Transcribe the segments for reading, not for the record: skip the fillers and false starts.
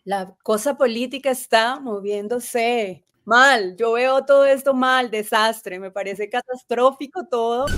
La cosa política está moviéndose mal. Yo veo todo esto mal, desastre. Me parece catastrófico todo.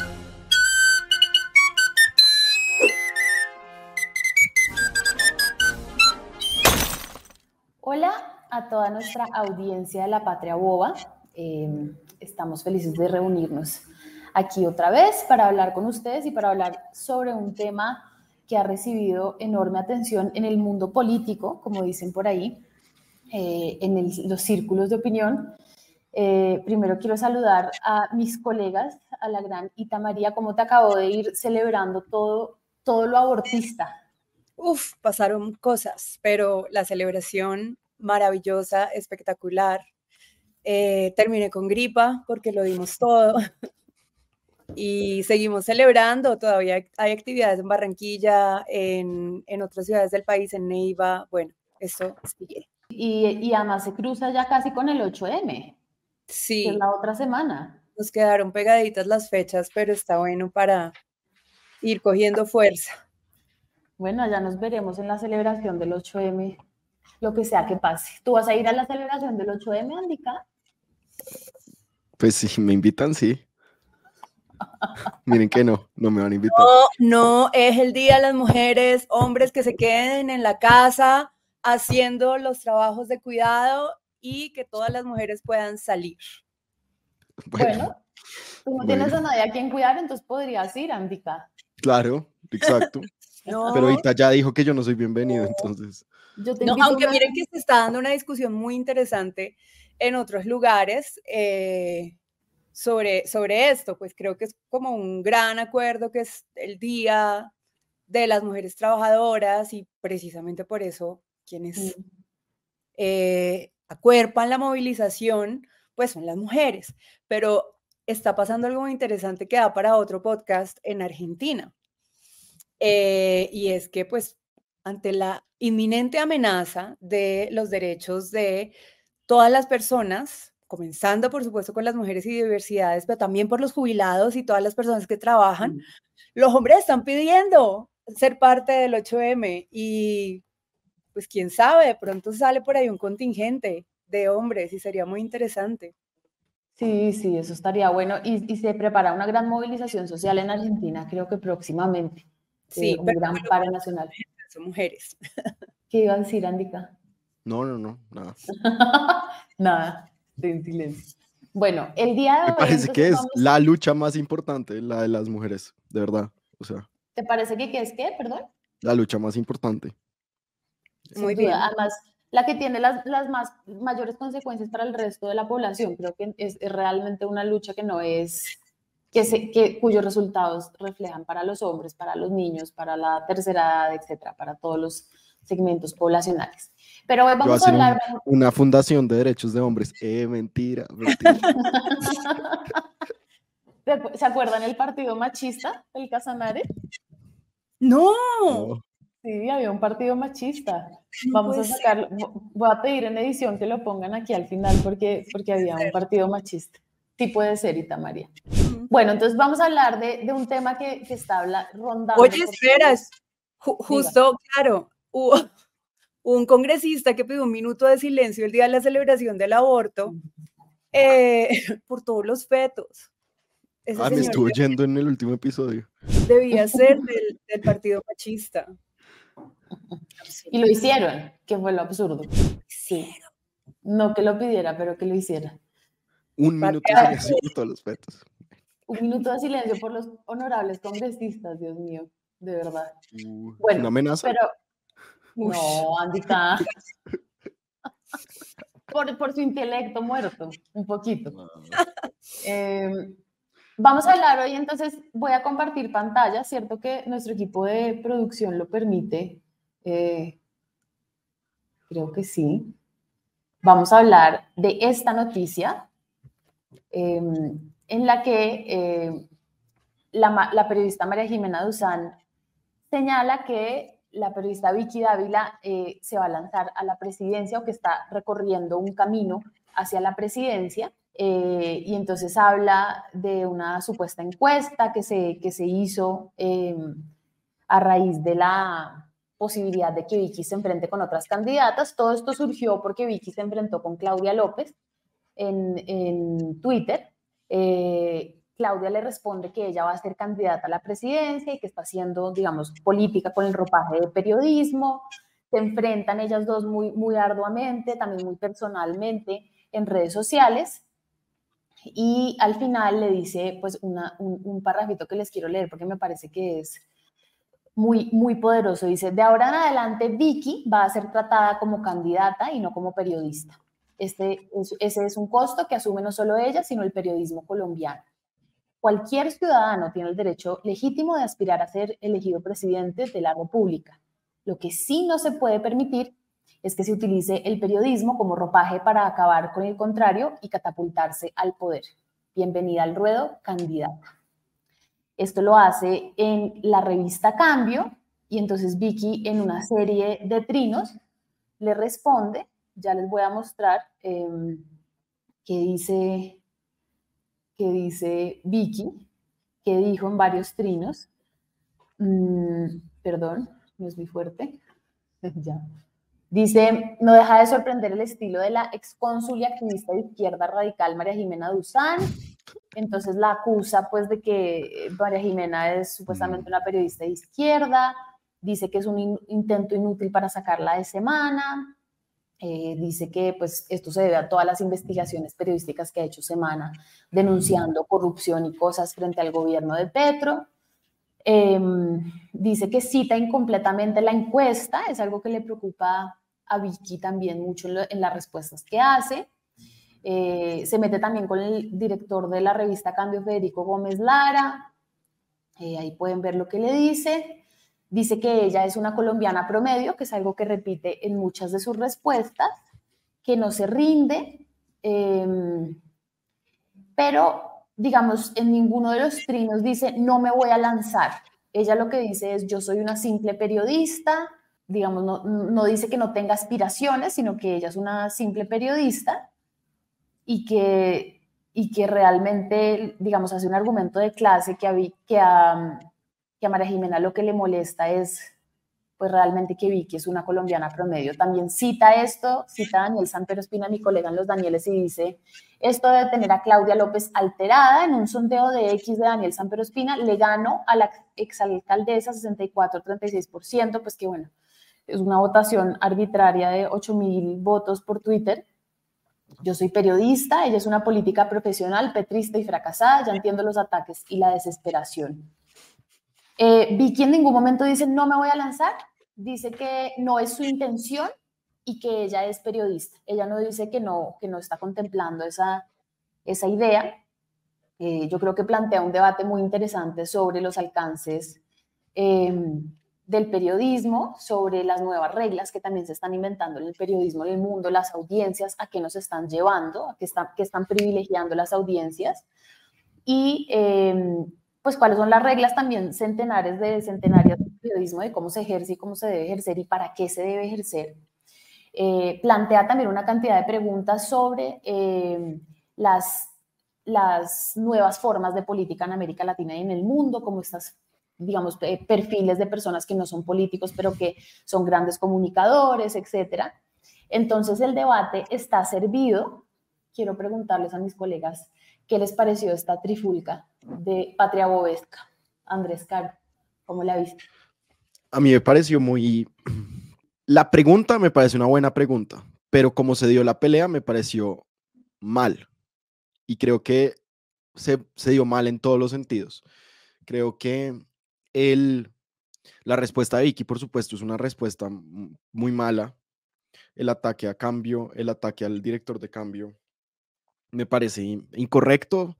Hola a toda nuestra audiencia de La Patria Boba. Estamos felices de reunirnos aquí otra vez para hablar con ustedes y para hablar sobre un tema que ha recibido enorme atención en el mundo político, como dicen por ahí, los círculos de opinión. Primero quiero saludar a mis colegas, a la gran Ita María. ¿Cómo te acabo de ir celebrando todo lo abortista? Pasaron cosas, pero la celebración maravillosa, espectacular. Terminé con gripa porque lo dimos todo y seguimos celebrando. Todavía hay actividades en Barranquilla, en otras ciudades del país, en Neiva. Bueno, eso sigue. Y además se cruza ya casi con el 8M. Sí. Que es la otra semana. Nos quedaron pegaditas las fechas, pero está bueno para ir cogiendo fuerza. Bueno, allá nos veremos en la celebración del 8M, lo que sea que pase. ¿Tú vas a ir a la celebración del 8M, Andika? Pues si me invitan, sí. Miren que no me van a invitar. No, es el Día de las Mujeres, hombres que se queden en la casa haciendo los trabajos de cuidado y que todas las mujeres puedan salir. Bueno, tú no tienes a nadie a quien cuidar, entonces podrías ir, Andika. Claro, exacto. No. Pero ahorita ya dijo que yo no soy bienvenido, entonces. No, aunque miren que se está dando una discusión muy interesante en otros lugares sobre esto, pues creo que es como un gran acuerdo que es el Día de las Mujeres Trabajadoras y precisamente por eso quienes acuerpan la movilización, pues son las mujeres. Pero está pasando algo muy interesante que da para otro podcast en Argentina. Y es que pues ante la inminente amenaza de los derechos de todas las personas, comenzando por supuesto con las mujeres y diversidades, pero también por los jubilados y todas las personas que trabajan, los hombres están pidiendo ser parte del 8M y pues quién sabe, de pronto sale por ahí un contingente de hombres y sería muy interesante. Sí, eso estaría bueno y se prepara una gran movilización social en Argentina, creo que próximamente. Sí, un gran paro nacional. Son mujeres. ¿Qué iba a decir, Andika? No, nada. Nada, en silencio. Bueno, el día de hoy... Me parece que es la lucha más importante, la de las mujeres, de verdad. O sea. ¿Te parece que es qué, perdón? La lucha más importante. Sin duda. Además, la que tiene las mayores consecuencias para el resto de la población. Creo que es realmente una lucha que no es... cuyos resultados reflejan para los hombres, para los niños, para la tercera edad, etcétera, para todos los segmentos poblacionales. Pero hoy vamos a hablar... Una fundación de derechos de hombres. Mentira. ¿Se acuerdan el partido machista, el Casanare? No. Sí, había un partido machista. Vamos a sacarlo. Voy a pedir en edición que lo pongan aquí al final porque había un partido machista. Sí puede ser, Ita María. Bueno, entonces vamos a hablar de un tema que está rondando. Oye, espera, justo, claro, hubo un congresista que pidió un minuto de silencio el día de la celebración del aborto por todos los fetos. Me estuvo yendo en el último episodio. Debía ser del partido machista. Y lo hicieron, que fue lo absurdo. Sí. No que lo pidiera, pero que lo hiciera. Un minuto de silencio por todos los fetos. Un minuto de silencio por los honorables congresistas, Dios mío, de verdad. Bueno, ¿una amenaza? Pero no, Andika. por su intelecto muerto, un poquito. Vamos a hablar hoy, entonces voy a compartir pantalla, cierto que nuestro equipo de producción lo permite. Creo que sí. Vamos a hablar de esta noticia en la que la periodista María Jimena Duzán señala que la periodista Vicky Dávila se va a lanzar a la presidencia o que está recorriendo un camino hacia la presidencia y entonces habla de una supuesta encuesta que se hizo a raíz de la posibilidad de que Vicky se enfrente con otras candidatas. Todo esto surgió porque Vicky se enfrentó con Claudia López en Twitter. Claudia le responde que ella va a ser candidata a la presidencia y que está haciendo, digamos, política con el ropaje de periodismo. Se enfrentan ellas dos muy, muy arduamente, también muy personalmente en redes sociales. Y al final le dice pues un parrafito que les quiero leer porque me parece que es muy, muy poderoso. Dice: de ahora en adelante Vicky va a ser tratada como candidata y no como periodista. Ese es un costo que asume no solo ella, sino el periodismo colombiano. Cualquier ciudadano tiene el derecho legítimo de aspirar a ser elegido presidente de la República. Lo que sí no se puede permitir es que se utilice el periodismo como ropaje para acabar con el contrario y catapultarse al poder. Bienvenida al ruedo, candidata. Esto lo hace en la revista Cambio y entonces Vicky, en una serie de trinos, le responde. Ya les voy a mostrar qué dice Vicky, que dijo en varios trinos. Perdón, no es muy fuerte. Ya. Dice: no deja de sorprender el estilo de la excónsul y activista de izquierda radical María Jimena Duzán. Entonces la acusa pues de que María Jimena es supuestamente una periodista de izquierda. Dice que es un intento inútil para sacarla de Semana. Dice que pues esto se debe a todas las investigaciones periodísticas que ha hecho Semana denunciando corrupción y cosas frente al gobierno de Petro. Dice que cita incompletamente la encuesta, es algo que le preocupa a Vicky también mucho en las respuestas que hace. Se mete también con el director de la revista Cambio, Federico Gómez Lara. Ahí pueden ver lo que le dice. Dice que ella es una colombiana promedio, que es algo que repite en muchas de sus respuestas, que no se rinde, pero digamos, en ninguno de los trinos dice no me voy a lanzar. Ella lo que dice es: yo soy una simple periodista. Digamos, no dice que no tenga aspiraciones, sino que ella es una simple periodista y que realmente, digamos, hace un argumento de clase que a María Jimena lo que le molesta es pues realmente que Vicky es una colombiana promedio. También cita a Daniel Santero Espina, mi colega en Los Danieles, y dice: esto de tener a Claudia López alterada. En un sondeo de X de Daniel Santero Espina le ganó a la exalcaldesa 64-36%, pues que bueno, es una votación arbitraria de 8,000 votos por Twitter. Yo soy periodista, ella es una política profesional, petrista y fracasada, ya entiendo los ataques y la desesperación. Vicky en ningún momento dice no me voy a lanzar, dice que no es su intención y que ella es periodista. Ella no dice que no está contemplando esa idea. Yo creo que plantea un debate muy interesante sobre los alcances del periodismo, sobre las nuevas reglas que también se están inventando en el periodismo en el mundo, las audiencias, a qué nos están llevando, a qué están privilegiando las audiencias y pues cuáles son las reglas también centenarias del periodismo, de cómo se ejerce y cómo se debe ejercer y para qué se debe ejercer. Plantea también una cantidad de preguntas sobre las nuevas formas de política en América Latina y en el mundo, como estas, digamos, perfiles de personas que no son políticos, pero que son grandes comunicadores, etc. Entonces el debate está servido. Quiero preguntarles a mis colegas qué les pareció esta trifulca de Patria Bovesca. Andrés Caro, ¿cómo la viste? A mí me pareció muy... La pregunta me parece una buena pregunta, pero como se dio la pelea me pareció mal. Y creo que se dio mal en todos los sentidos. Creo que la respuesta de Vicky, por supuesto, es una respuesta muy mala. El ataque a Cambio, el ataque al director de Cambio, me parece incorrecto.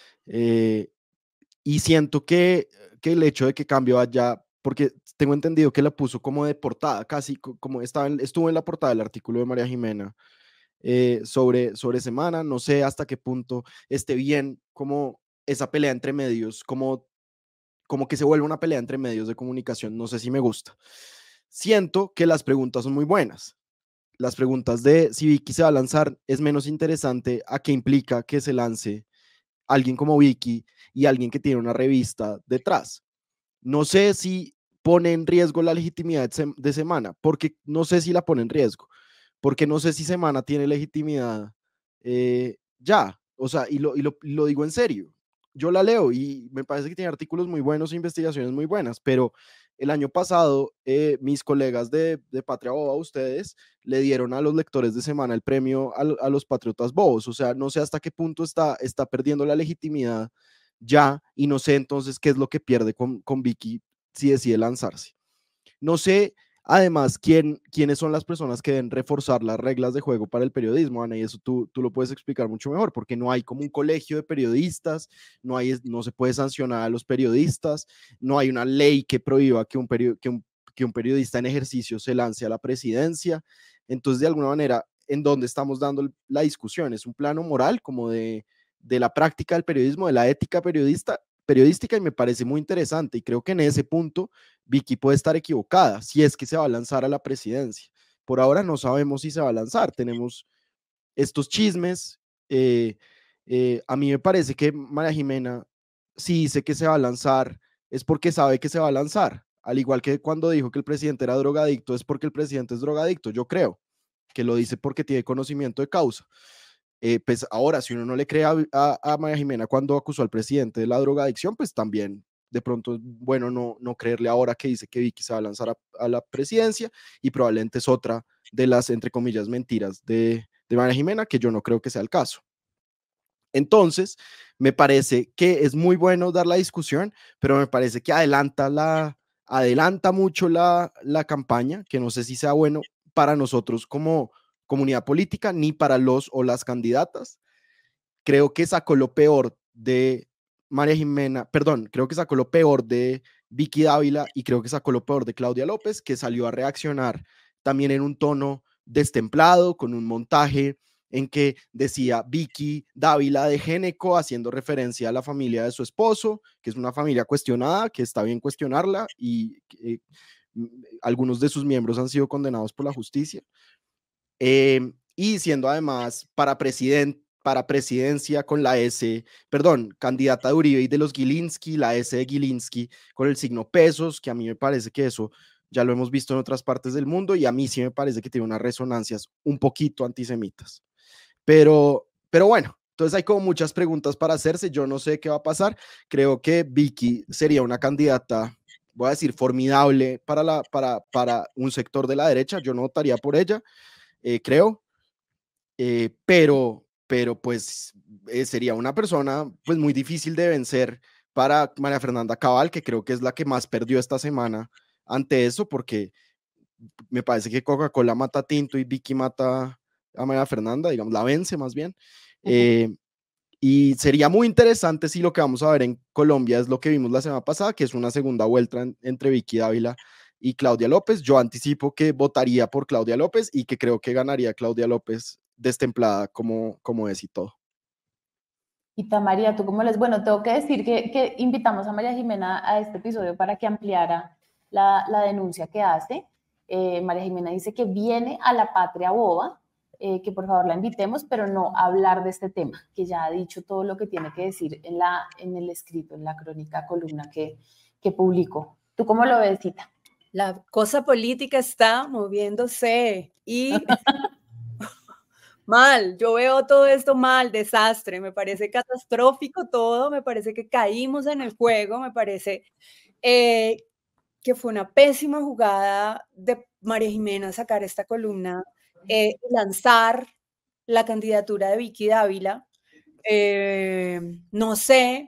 Y siento que el hecho de que Cambio haya, porque tengo entendido que la puso como de portada, casi como estuvo en la portada del artículo de María Jimena sobre Semana. No sé hasta qué punto esté bien como esa pelea entre medios, como que se vuelve una pelea entre medios de comunicación. No sé si me gusta. Siento que las preguntas son muy buenas. Las preguntas de si Vicky se va a lanzar es menos interesante a qué implica que se lance alguien como Vicky y alguien que tiene una revista detrás. No sé si pone en riesgo la legitimidad de Semana, porque no sé si la pone en riesgo, porque no sé si Semana tiene legitimidad ya, o sea, y lo digo en serio. Yo la leo y me parece que tiene artículos muy buenos e investigaciones muy buenas, pero el año pasado mis colegas de Patria Boba, ustedes, le dieron a los lectores de Semana el premio a los patriotas bobos, o sea, no sé hasta qué punto está perdiendo la legitimidad ya, y no sé entonces qué es lo que pierde con Vicky si decide lanzarse. No sé, además, quiénes son las personas que deben reforzar las reglas de juego para el periodismo, Ana, y eso tú lo puedes explicar mucho mejor, porque no hay como un colegio de periodistas, no se puede sancionar a los periodistas, no hay una ley que prohíba que un periodista en ejercicio se lance a la presidencia. Entonces, de alguna manera, ¿en dónde estamos dando la discusión? ¿Es un plano moral como de la práctica del periodismo, de la ética periodística? Y me parece muy interesante, y creo que en ese punto Vicky puede estar equivocada si es que se va a lanzar a la presidencia. Por ahora no sabemos si se va a lanzar. Tenemos estos chismes. A mí me parece que María Jimena, si dice que se va a lanzar, es porque sabe que se va a lanzar. Al igual que cuando dijo que el presidente era drogadicto, es porque el presidente es drogadicto. Yo creo que lo dice porque tiene conocimiento de causa. Pues ahora, si uno no le cree a María Jimena cuando acusó al presidente de la drogadicción, pues también de pronto es bueno no creerle ahora que dice que Vicky se va a lanzar a la presidencia, y probablemente es otra de las, entre comillas, mentiras de María Jimena, que yo no creo que sea el caso. Entonces, me parece que es muy bueno dar la discusión, pero me parece que adelanta mucho la campaña, que no sé si sea bueno para nosotros como comunidad política, ni para los o las candidatas. Creo que sacó lo peor de María Jimena, perdón, creo que sacó lo peor de Vicky Dávila, y creo que sacó lo peor de Claudia López, que salió a reaccionar también en un tono destemplado, con un montaje en que decía Vicky Dávila de Géneco, haciendo referencia a la familia de su esposo, que es una familia cuestionada, que está bien cuestionarla, y algunos de sus miembros han sido condenados por la justicia. Y siendo además para presidencia con la S, perdón, candidata de Uribe y de los Gilinski, la S de Gilinski con el signo pesos, que a mí me parece que eso ya lo hemos visto en otras partes del mundo, y a mí sí me parece que tiene unas resonancias un poquito antisemitas. Pero bueno, entonces hay como muchas preguntas para hacerse. Yo no sé qué va a pasar. Creo que Vicky sería una candidata, voy a decir, formidable para un sector de la derecha. Yo no votaría por ella, creo, pero pues sería una persona pues muy difícil de vencer para María Fernanda Cabal, que creo que es la que más perdió esta semana ante eso, porque me parece que Coca-Cola mata a Tinto y Vicky mata a María Fernanda, digamos, la vence más bien. Y sería muy interesante si lo que vamos a ver en Colombia es lo que vimos la semana pasada, que es una segunda vuelta entre Vicky Dávila y Claudia López. Yo anticipo que votaría por Claudia López y que creo que ganaría Claudia López destemplada como es y todo. Y María, ¿tú cómo les? Bueno, tengo que decir que invitamos a María Jimena a este episodio para que ampliara la denuncia que hace. María Jimena dice que viene a la Patria Boba, que por favor la invitemos, pero no a hablar de este tema, que ya ha dicho todo lo que tiene que decir en el escrito, en la crónica, columna que publicó. ¿Tú cómo lo ves, Cita? La cosa política está moviéndose y mal, yo veo todo esto mal, desastre, me parece catastrófico todo, me parece que caímos en el juego, me parece que fue una pésima jugada de María Jimena sacar esta columna, lanzar la candidatura de Vicky Dávila. No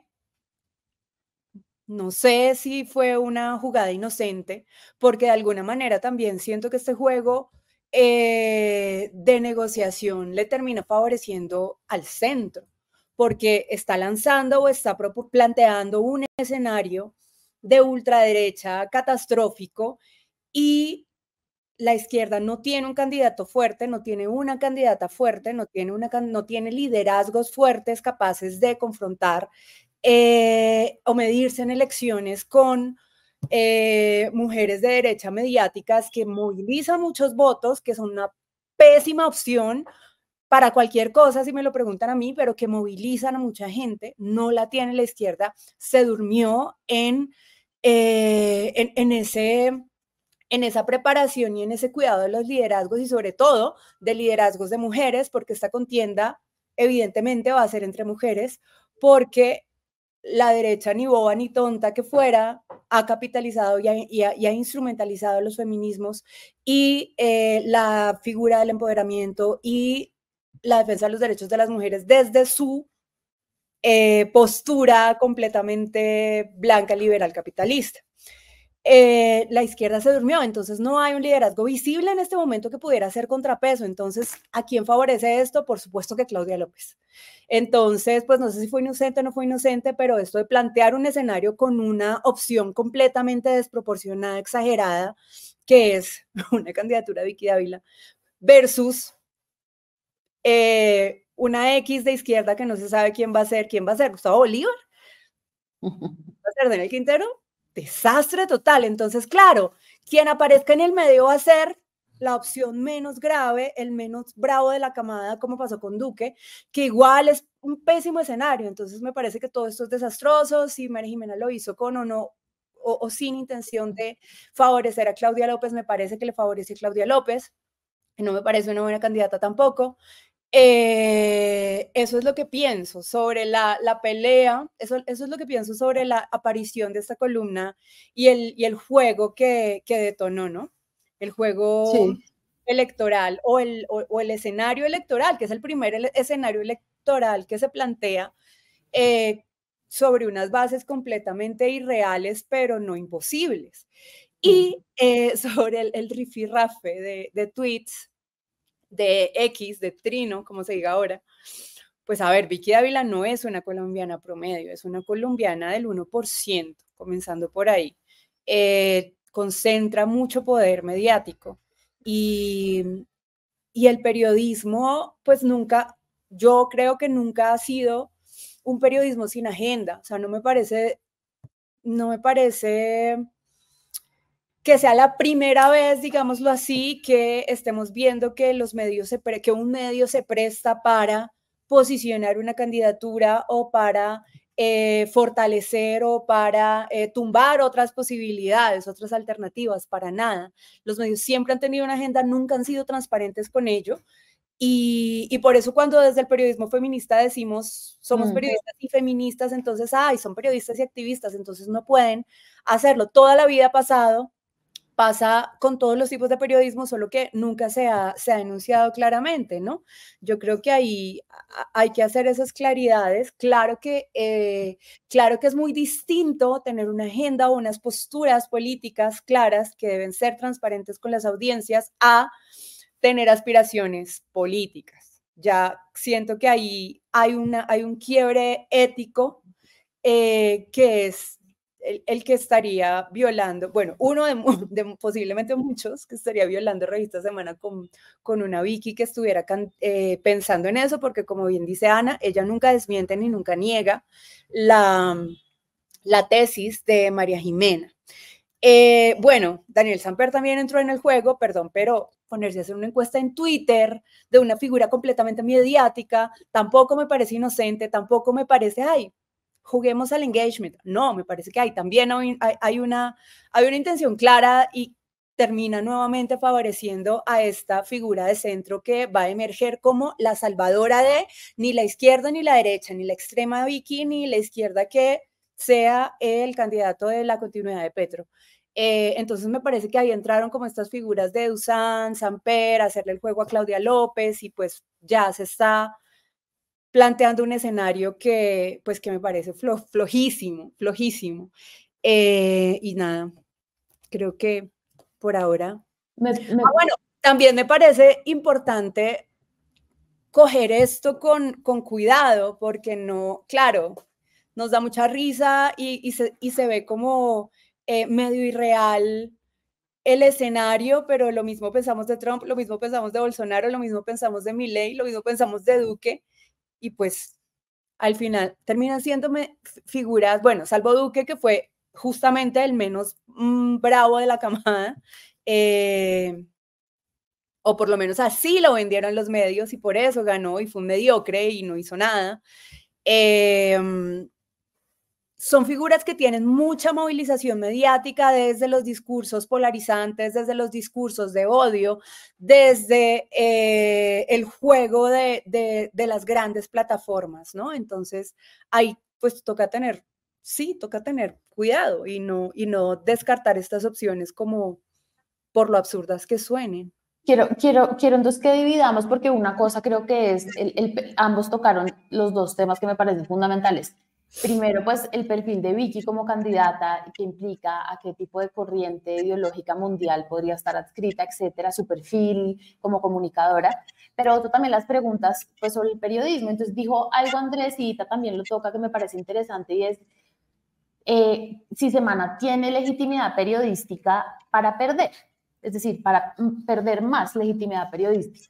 sé si fue una jugada inocente, porque de alguna manera también siento que este juego de negociación le termina favoreciendo al centro, porque está lanzando o está planteando un escenario de ultraderecha catastrófico, y la izquierda no tiene un candidato fuerte, no tiene una candidata fuerte, no tiene liderazgos fuertes capaces de confrontar o medirse en elecciones con mujeres de derecha mediáticas que movilizan muchos votos, que son una pésima opción para cualquier cosa, si me lo preguntan a mí, pero que movilizan a mucha gente. No la tiene la izquierda, se durmió en en esa preparación y en ese cuidado de los liderazgos y sobre todo de liderazgos de mujeres, porque esta contienda evidentemente va a ser entre mujeres, porque la derecha, ni boba ni tonta que fuera, ha capitalizado y ha instrumentalizado los feminismos y la figura del empoderamiento y la defensa de los derechos de las mujeres desde su postura completamente blanca, liberal, capitalista. La izquierda se durmió, entonces no hay un liderazgo visible en este momento que pudiera ser contrapeso. Entonces, ¿a quién favorece esto? Por supuesto que Claudia López. Entonces, pues no sé si fue inocente o no fue inocente, pero esto de plantear un escenario con una opción completamente desproporcionada, exagerada, que es una candidatura de Vicky Dávila, versus una X de izquierda que no se sabe quién va a ser, Gustavo Bolívar, va a ser Daniel Quintero, desastre total. Entonces, claro, quien aparezca en el medio va a ser la opción menos grave, el menos bravo de la camada, como pasó con Duque, que igual es un pésimo escenario. Entonces, me parece que todo esto es desastroso. Si María Jimena lo hizo con o no, o sin intención de favorecer a Claudia López, me parece que le favorece a Claudia López. No me parece una buena candidata tampoco. Eso es lo que pienso sobre la pelea, eso es lo que pienso sobre la aparición de esta columna y el juego que detonó, ¿no? El juego electoral o el escenario electoral, que es el primer escenario electoral que se plantea sobre unas bases completamente irreales, pero no imposibles. Y sobre el rifirrafe de tweets de X, de Trino, como se diga ahora, pues a ver, Vicky Dávila no es una colombiana promedio, es una colombiana del 1%, comenzando por ahí. Concentra mucho poder mediático y el periodismo, pues nunca, yo creo que nunca ha sido un periodismo sin agenda, o sea, no me parece que sea la primera vez, digámoslo así, que estemos viendo que que un medio se presta para posicionar una candidatura o para fortalecer o para tumbar otras posibilidades, otras alternativas, para nada. Los medios siempre han tenido una agenda, nunca han sido transparentes con ello. Y por eso cuando desde el periodismo feminista decimos somos periodistas y feministas, entonces, son periodistas y activistas, entonces no pueden hacerlo. Toda la vida pasa con todos los tipos de periodismo, solo que nunca se ha enunciado claramente, ¿no? Yo creo que ahí hay que hacer esas claridades. Claro que es muy distinto tener una agenda o unas posturas políticas claras que deben ser transparentes con las audiencias a tener aspiraciones políticas. Ya siento que ahí hay un quiebre ético que es el que estaría violando, bueno, uno de posiblemente muchos que estaría violando Revista Semana con una Vicky que estuviera pensando en eso, porque como bien dice Ana, ella nunca desmiente ni nunca niega la tesis de María Jimena. Bueno, Daniel Samper también entró en el juego, perdón, pero ponerse a hacer una encuesta en Twitter de una figura completamente mediática, tampoco me parece inocente, tampoco me parece, juguemos al engagement. No, me parece que también hay una intención clara y termina nuevamente favoreciendo a esta figura de centro que va a emerger como la salvadora de ni la izquierda ni la derecha, ni la extrema Vicky, ni la izquierda que sea el candidato de la continuidad de Petro. Entonces me parece que ahí entraron como estas figuras de Dusan, Samper, hacerle el juego a Claudia López y pues ya se está planteando un escenario que me parece flojísimo. Y nada, creo que por ahora... bueno, también me parece importante coger esto con cuidado, porque no, claro, nos da mucha risa y se ve como medio irreal el escenario, pero lo mismo pensamos de Trump, lo mismo pensamos de Bolsonaro, lo mismo pensamos de Milei, lo mismo pensamos de Duque, y pues al final terminan siéndome figuras, bueno, salvo Duque, que fue justamente el menos bravo de la camada, o por lo menos así lo vendieron los medios y por eso ganó y fue un mediocre y no hizo nada. son figuras que tienen mucha movilización mediática desde los discursos polarizantes, desde los discursos de odio, desde el juego de las grandes plataformas, ¿no? Entonces, ahí pues toca tener cuidado y no descartar estas opciones como por lo absurdas que suenen. Quiero entonces que dividamos, porque una cosa creo que es, ambos tocaron los dos temas que me parecen fundamentales. Primero, pues el perfil de Vicky como candidata, que implica a qué tipo de corriente ideológica mundial podría estar adscrita, etcétera, su perfil como comunicadora, pero otro también las preguntas pues sobre el periodismo. Entonces dijo algo Andrés y Ita también lo toca que me parece interesante y es si Semana tiene legitimidad periodística para perder, es decir, para perder más legitimidad periodística.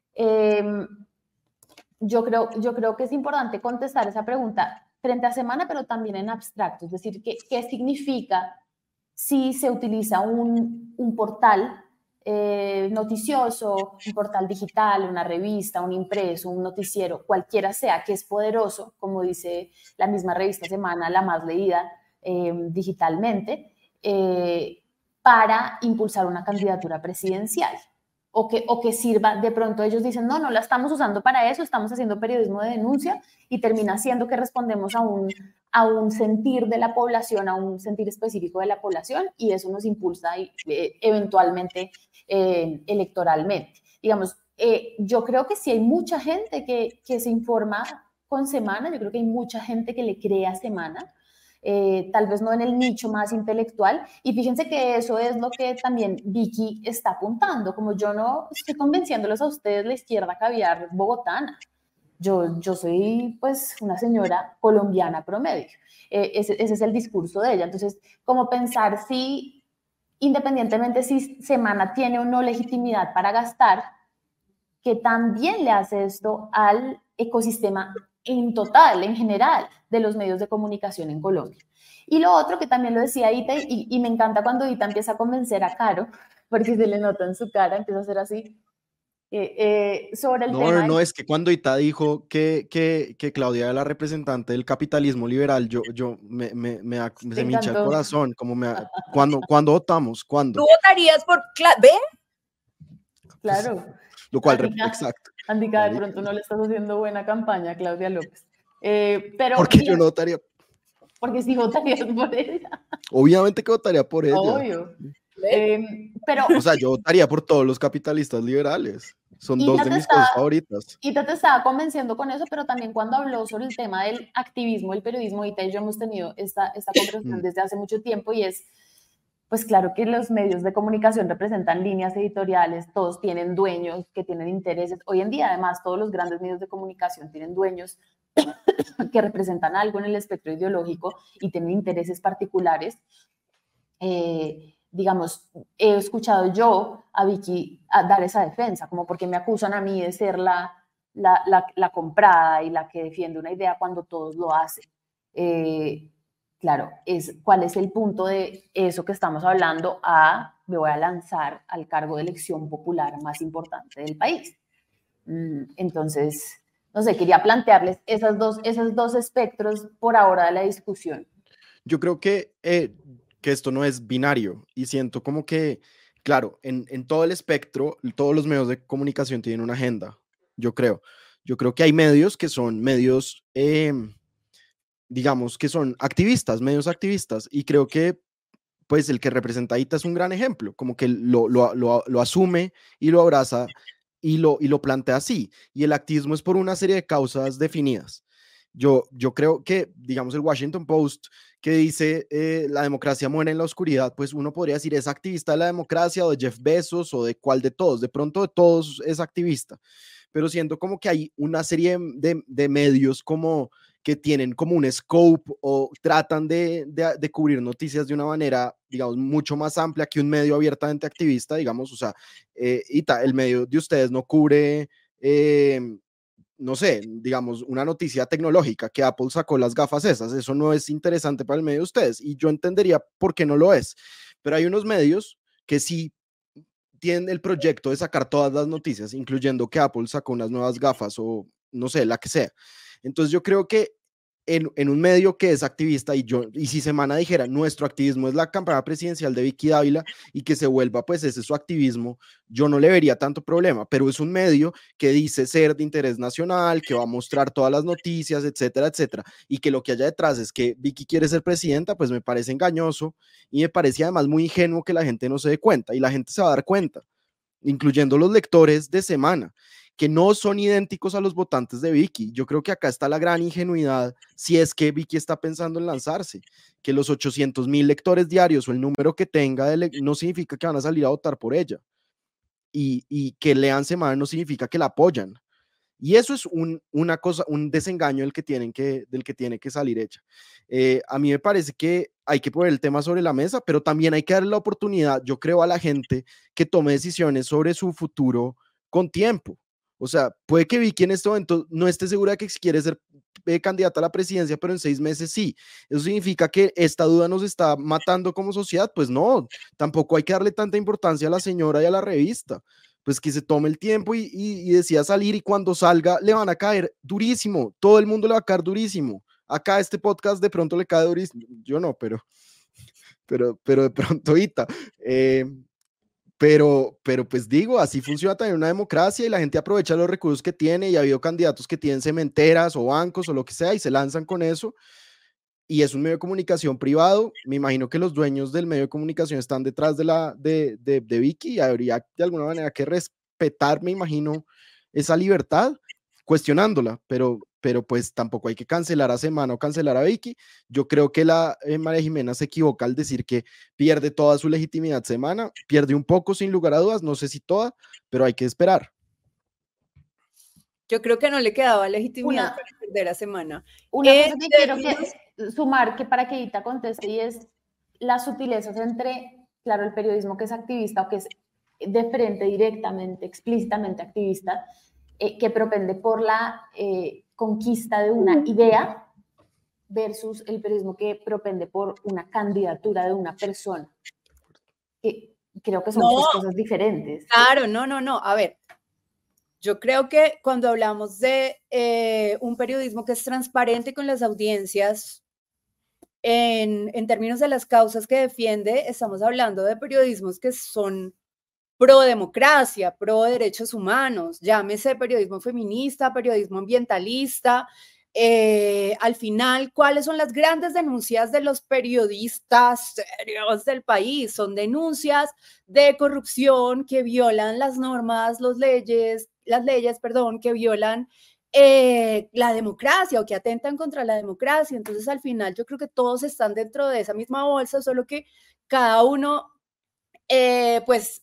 Yo creo que es importante contestar esa pregunta frente a Semana, pero también en abstracto, es decir, ¿qué significa si se utiliza un portal noticioso, un portal digital, una revista, un impreso, un noticiero, cualquiera sea, que es poderoso, como dice la misma revista Semana, la más leída digitalmente, para impulsar una candidatura presidencial? O que sirva, de pronto ellos dicen, no la estamos usando para eso, estamos haciendo periodismo de denuncia y termina siendo que respondemos a un sentir de la población, a un sentir específico de la población y eso nos impulsa eventualmente electoralmente. Digamos, yo creo que sí hay mucha gente que se informa con Semana, yo creo que hay mucha gente que le cree a Semana, tal vez no en el nicho más intelectual, y fíjense que eso es lo que también Vicky está apuntando, como yo no estoy convenciéndolos a ustedes la izquierda caviar bogotana, yo soy pues una señora colombiana promedio, ese es el discurso de ella, entonces como pensar si independientemente si Semana tiene o no legitimidad para gastar, que también le hace esto al ecosistema en total, en general, de los medios de comunicación en Colombia. Y lo otro que también lo decía Ita, y me encanta cuando Ita empieza a convencer a Caro, porque se le nota en su cara, empieza a hacer así, sobre el tema. No, es que cuando Ita dijo que Claudia era la representante del capitalismo liberal, se me hincha el corazón, ¿cuándo votamos? ¿Cuándo? ¿Tú votarías por ¿Ve? Claro. Lo cual, exacto. Andica, de pronto no le estás haciendo buena campaña a Claudia López. Pero porque yo no votaría. Porque sí votarías por ella. Obviamente que votaría por ella. Obvio. Pero, o sea, yo votaría por todos los capitalistas liberales. Son dos de mis cosas favoritas. Ita te estaba convenciendo con eso, pero también cuando habló sobre el tema del activismo, el periodismo, Ita y yo hemos tenido esta conversación desde hace mucho tiempo y es, pues claro que los medios de comunicación representan líneas editoriales, todos tienen dueños que tienen intereses. Hoy en día, además, todos los grandes medios de comunicación tienen dueños que representan algo en el espectro ideológico y tienen intereses particulares. Digamos, he escuchado yo a Vicky a dar esa defensa, como porque me acusan a mí de ser la comprada y la que defiende una idea cuando todos lo hacen. Claro, ¿cuál es el punto de eso que estamos hablando? Me voy a lanzar al cargo de elección popular más importante del país. Entonces, no sé, quería plantearles esos dos espectros por ahora de la discusión. Yo creo que esto no es binario y siento como que, claro, en todo el espectro, todos los medios de comunicación tienen una agenda, yo creo. Yo creo que hay medios que son medios, digamos, que son activistas, medios activistas, y creo que pues el que representa a Ita es un gran ejemplo, como que lo asume y lo abraza y lo plantea así, y el activismo es por una serie de causas definidas. Yo creo que, digamos, el Washington Post que dice la democracia muere en la oscuridad, pues uno podría decir es activista de la democracia o de Jeff Bezos o de cuál de todos, de pronto de todos es activista, pero siento como que hay una serie de medios como que tienen como un scope o tratan de cubrir noticias de una manera, digamos, mucho más amplia que un medio abiertamente activista, digamos, o sea, el medio de ustedes no cubre, no sé, digamos, una noticia tecnológica, que Apple sacó las gafas esas, eso no es interesante para el medio de ustedes, y yo entendería por qué no lo es, pero hay unos medios que sí tienen el proyecto de sacar todas las noticias, incluyendo que Apple sacó unas nuevas gafas o no sé, la que sea. Entonces yo creo que en un medio que es activista, y si Semana dijera, nuestro activismo es la campaña presidencial de Vicky Dávila y que se vuelva, pues ese es su activismo, yo no le vería tanto problema, pero es un medio que dice ser de interés nacional, que va a mostrar todas las noticias, etcétera, etcétera, y que lo que haya detrás es que Vicky quiere ser presidenta, pues me parece engañoso y me parece además muy ingenuo que la gente no se dé cuenta, y la gente se va a dar cuenta, incluyendo los lectores de Semana, que no son idénticos a los votantes de Vicky. Yo creo que acá está la gran ingenuidad, si es que Vicky está pensando en lanzarse, que los 800,000 lectores diarios o el número que tenga no significa que van a salir a votar por ella, y que lean Semana no significa que la apoyan. Y eso es una cosa, un desengaño del que tiene que salir ella. A mí me parece que hay que poner el tema sobre la mesa, pero también hay que darle la oportunidad, yo creo, a la gente que tome decisiones sobre su futuro con tiempo. O sea, puede que Vicky en este momento no esté segura de que quiere ser candidata a la presidencia, pero en 6 meses sí. ¿Eso significa que esta duda nos está matando como sociedad? Pues no, tampoco hay que darle tanta importancia a la señora y a la revista. Pues que se tome el tiempo y decida salir, y cuando salga le van a caer durísimo, todo el mundo le va a caer durísimo. Acá este podcast de pronto le cae durísimo, yo no, pero de pronto ahorita. Pero pues digo, así funciona también una democracia, y la gente aprovecha los recursos que tiene, y ha habido candidatos que tienen cementeras o bancos o lo que sea y se lanzan con eso, y es un medio de comunicación privado. Me imagino que los dueños del medio de comunicación están detrás de Vicky, y habría de alguna manera que respetar, me imagino, esa libertad, cuestionándola, pero pues tampoco hay que cancelar a Semana o cancelar a Vicky. Yo creo que María Jimena se equivoca al decir que pierde toda su legitimidad Semana, pierde un poco sin lugar a dudas, no sé si toda, pero hay que esperar. Yo creo que no le quedaba legitimidad para perder a Semana. Una cosa que quiero sumar, que para que Ita conteste, y es las sutilezas entre, claro, el periodismo que es activista o que es de frente directamente, explícitamente activista, que propende por la conquista de una idea, versus el periodismo que propende por una candidatura de una persona. Que creo que son tres cosas diferentes. Claro, no. A ver, yo creo que cuando hablamos de un periodismo que es transparente con las audiencias, en términos de las causas que defiende, estamos hablando de periodismos que son pro democracia, pro derechos humanos, llámese periodismo feminista, periodismo ambientalista. Al final, ¿cuáles son las grandes denuncias de los periodistas serios del país? Son denuncias de corrupción que violan las normas, las leyes, que violan la democracia o que atentan contra la democracia. Entonces, al final, yo creo que todos están dentro de esa misma bolsa, solo que cada uno, pues,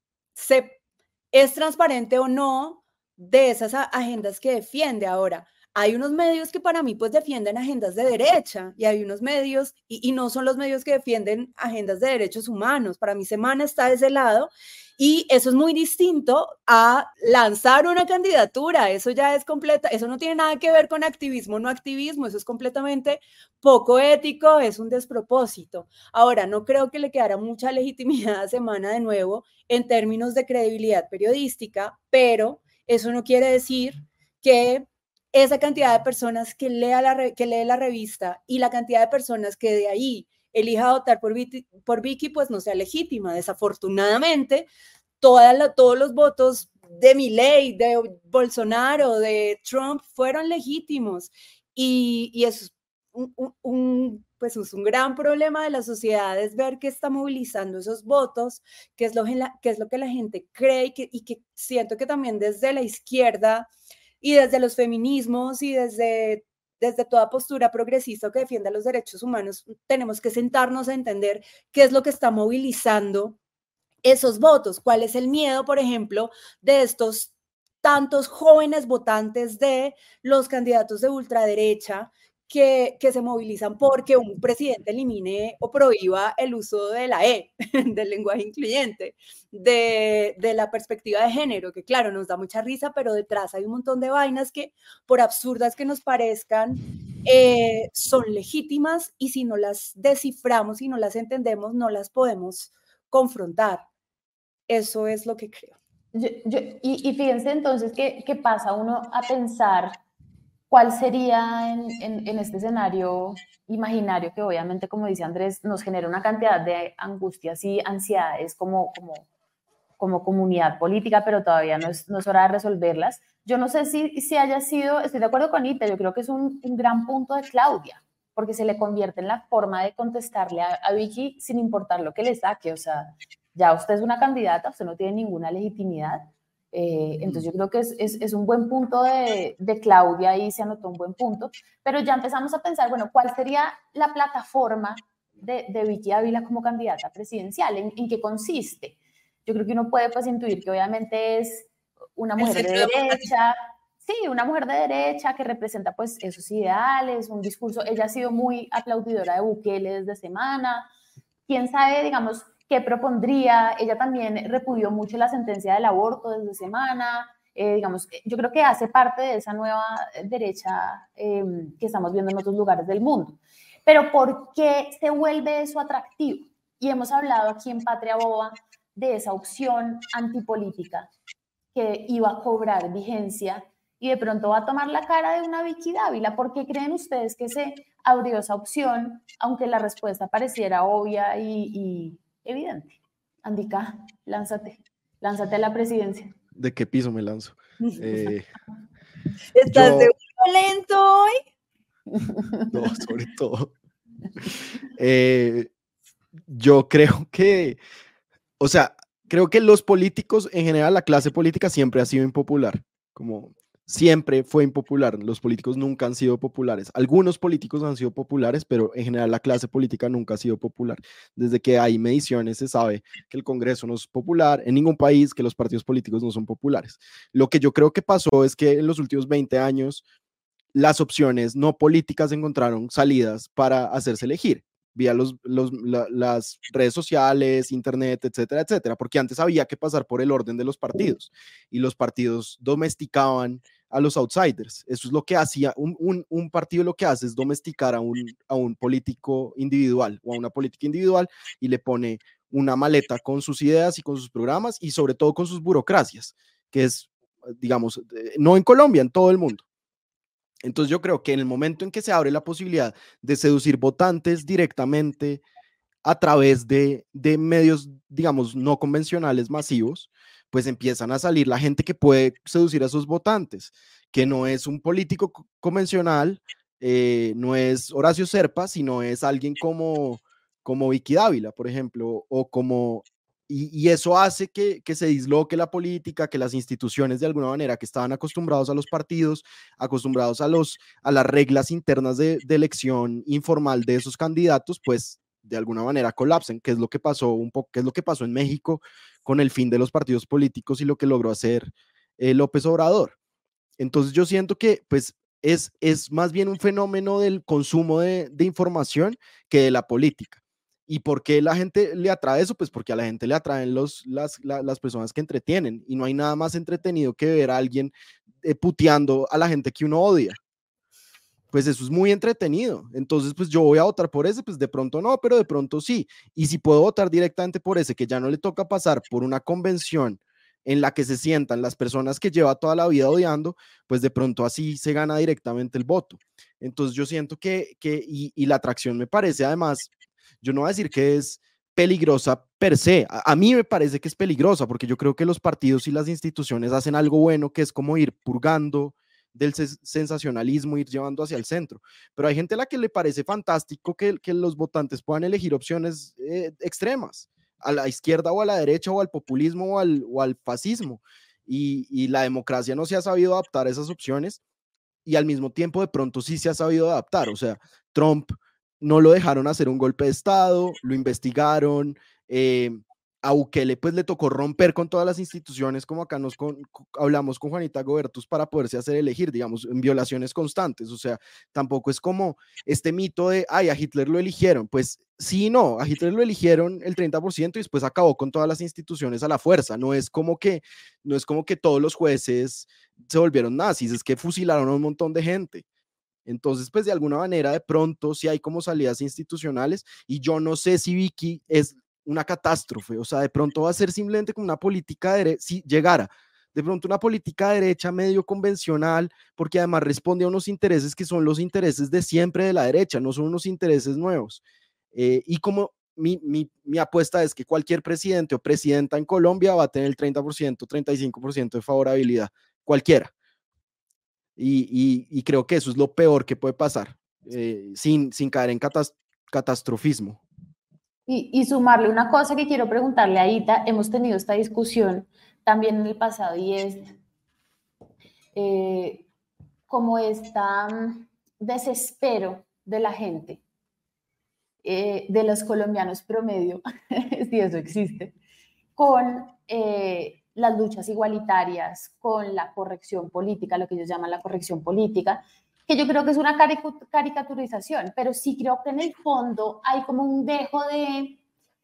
es transparente o no de esas agendas que defiende. Ahora, hay unos medios que para mí pues defienden agendas de derecha, y hay unos medios, y no son los medios que defienden agendas de derechos humanos. Para mí Semana está de ese lado, y eso es muy distinto a lanzar una candidatura. Eso ya es completa, eso no tiene nada que ver con activismo, no activismo, eso es completamente poco ético, es un despropósito. Ahora, no creo que le quedara mucha legitimidad a Semana de nuevo en términos de credibilidad periodística, pero eso no quiere decir que esa cantidad de personas que lee la revista y la cantidad de personas que de ahí elija votar por Vicky, pues no sea legítima. Desafortunadamente, todos los votos de Milei, de Bolsonaro, de Trump fueron legítimos, y eso es pues es un gran problema de la sociedad, es ver que está movilizando esos votos, que es lo que la gente cree, y que siento que también desde la izquierda y desde los feminismos y desde toda postura progresista que defienda los derechos humanos, tenemos que sentarnos a entender qué es lo que está movilizando esos votos, cuál es el miedo, por ejemplo, de estos tantos jóvenes votantes de los candidatos de ultraderecha que se movilizan porque un presidente elimine o prohíba el uso de la E, del lenguaje incluyente, de la perspectiva de género, que claro, nos da mucha risa, pero detrás hay un montón de vainas que, por absurdas que nos parezcan, son legítimas, y si no las desciframos y no las entendemos, no las podemos confrontar. Eso es lo que creo. Y fíjense entonces que pasa uno a pensar ¿cuál sería en este escenario imaginario que obviamente, como dice Andrés, nos genera una cantidad de angustias y ansiedades como comunidad política, pero todavía no es hora de resolverlas? Yo no sé si haya sido, estoy de acuerdo con Ita, yo creo que es un gran punto de Claudia, porque se le convierte en la forma de contestarle a Vicky sin importar lo que le saque. O sea, ya usted es una candidata, usted no tiene ninguna legitimidad. Entonces yo creo que es un buen punto de Claudia, y se anotó un buen punto, pero ya empezamos a pensar, bueno, ¿cuál sería la plataforma de Vicky Ávila como candidata presidencial? ¿En qué consiste? Yo creo que uno puede pues intuir que obviamente es una mujer de derecha, sí, una mujer de derecha que representa pues esos ideales, un discurso. Ella ha sido muy aplaudidora de Bukele desde semana. ¿Quién sabe, digamos, qué propondría? Ella también repudió mucho la sentencia del aborto desde semana. Digamos, yo creo que hace parte de esa nueva derecha que estamos viendo en otros lugares del mundo. Pero ¿por qué se vuelve eso atractivo? Y hemos hablado aquí en Patria Boba de esa opción antipolítica que iba a cobrar vigencia y de pronto va a tomar la cara de una Vicky Dávila. ¿Por qué creen ustedes que se abrió esa opción, aunque la respuesta pareciera obvia y evidente? Andika, lánzate a la presidencia. ¿De qué piso me lanzo? ¿Estás de violento hoy? No, sobre todo. Yo creo que, o sea, creo que los políticos, en general, la clase política siempre ha sido impopular, como siempre fue impopular. Los políticos nunca han sido populares. Algunos políticos han sido populares, pero en general la clase política nunca ha sido popular. Desde que hay mediciones se sabe que el Congreso no es popular en ningún país, que los partidos políticos no son populares. Lo que yo creo que pasó es que en los últimos 20 años las opciones no políticas encontraron salidas para hacerse elegir vía las redes sociales, internet, etcétera, etcétera, porque antes había que pasar por el orden de los partidos y los partidos domesticaban a los outsiders. Eso es lo que hacía un partido, lo que hace es domesticar a un político individual o a una política individual y le pone una maleta con sus ideas y con sus programas y sobre todo con sus burocracias, que es, digamos, no en Colombia, en todo el mundo. Entonces yo creo que en el momento en que se abre la posibilidad de seducir votantes directamente a través de medios, digamos, no convencionales masivos, pues empiezan a salir la gente que puede seducir a sus votantes, que no es un político convencional, no es Horacio Serpa, sino es alguien como Vicky Dávila, por ejemplo, o como... Y eso hace que se disloque la política, que las instituciones de alguna manera que estaban acostumbrados a los partidos, acostumbrados a las reglas internas de elección informal de esos candidatos, pues de alguna manera colapsen, que es lo que pasó un poco, que es lo que pasó en México con el fin de los partidos políticos y lo que logró hacer López Obrador. Entonces yo siento que pues es más bien un fenómeno del consumo de información que de la política. ¿Y por qué la gente le atrae eso? Pues porque a la gente le atraen las personas que entretienen, y no hay nada más entretenido que ver a alguien puteando a la gente que uno odia. Pues eso es muy entretenido. Entonces, pues yo voy a votar por ese, pues de pronto no, pero de pronto sí. Y si puedo votar directamente por ese, que ya no le toca pasar por una convención en la que se sientan las personas que lleva toda la vida odiando, pues de pronto así se gana directamente el voto. Entonces yo siento y la atracción me parece además, yo no voy a decir que es peligrosa per se, a mí me parece que es peligrosa, porque yo creo que los partidos y las instituciones hacen algo bueno, que es como ir purgando del sensacionalismo, ir llevando hacia el centro. Pero hay gente a la que le parece fantástico que los votantes puedan elegir opciones extremas, a la izquierda o a la derecha, o al populismo o al fascismo. Y la democracia no se ha sabido adaptar a esas opciones, y al mismo tiempo de pronto sí se ha sabido adaptar. O sea, Trump no lo dejaron hacer un golpe de Estado, lo investigaron, a Bukele pues le tocó romper con todas las instituciones, como acá hablamos con Juanita Gobertus, para poderse hacer elegir, digamos, en violaciones constantes. O sea, tampoco es como este mito de, ay, a Hitler lo eligieron. Pues sí, no, a Hitler lo eligieron el 30% y después acabó con todas las instituciones a la fuerza. No es como que todos los jueces se volvieron nazis, es que fusilaron a un montón de gente. Entonces, pues de alguna manera, de pronto sí hay como salidas institucionales, y yo no sé si Vicky es una catástrofe. O sea, de pronto va a ser simplemente como una política si llegara, de pronto una política de derecha medio convencional, porque además responde a unos intereses que son los intereses de siempre de la derecha, no son unos intereses nuevos. Y como mi apuesta es que cualquier presidente o presidenta en Colombia va a tener el 30%, 35% de favorabilidad, cualquiera. Y creo que eso es lo peor que puede pasar, sin caer en catastrofismo. Y sumarle una cosa que quiero preguntarle a Ita, hemos tenido esta discusión también en el pasado y es como este desespero de la gente, de los colombianos promedio, si eso existe, con las luchas igualitarias, con la corrección política, lo que ellos llaman la corrección política, que yo creo que es una caricaturización, pero sí creo que en el fondo hay como un dejo de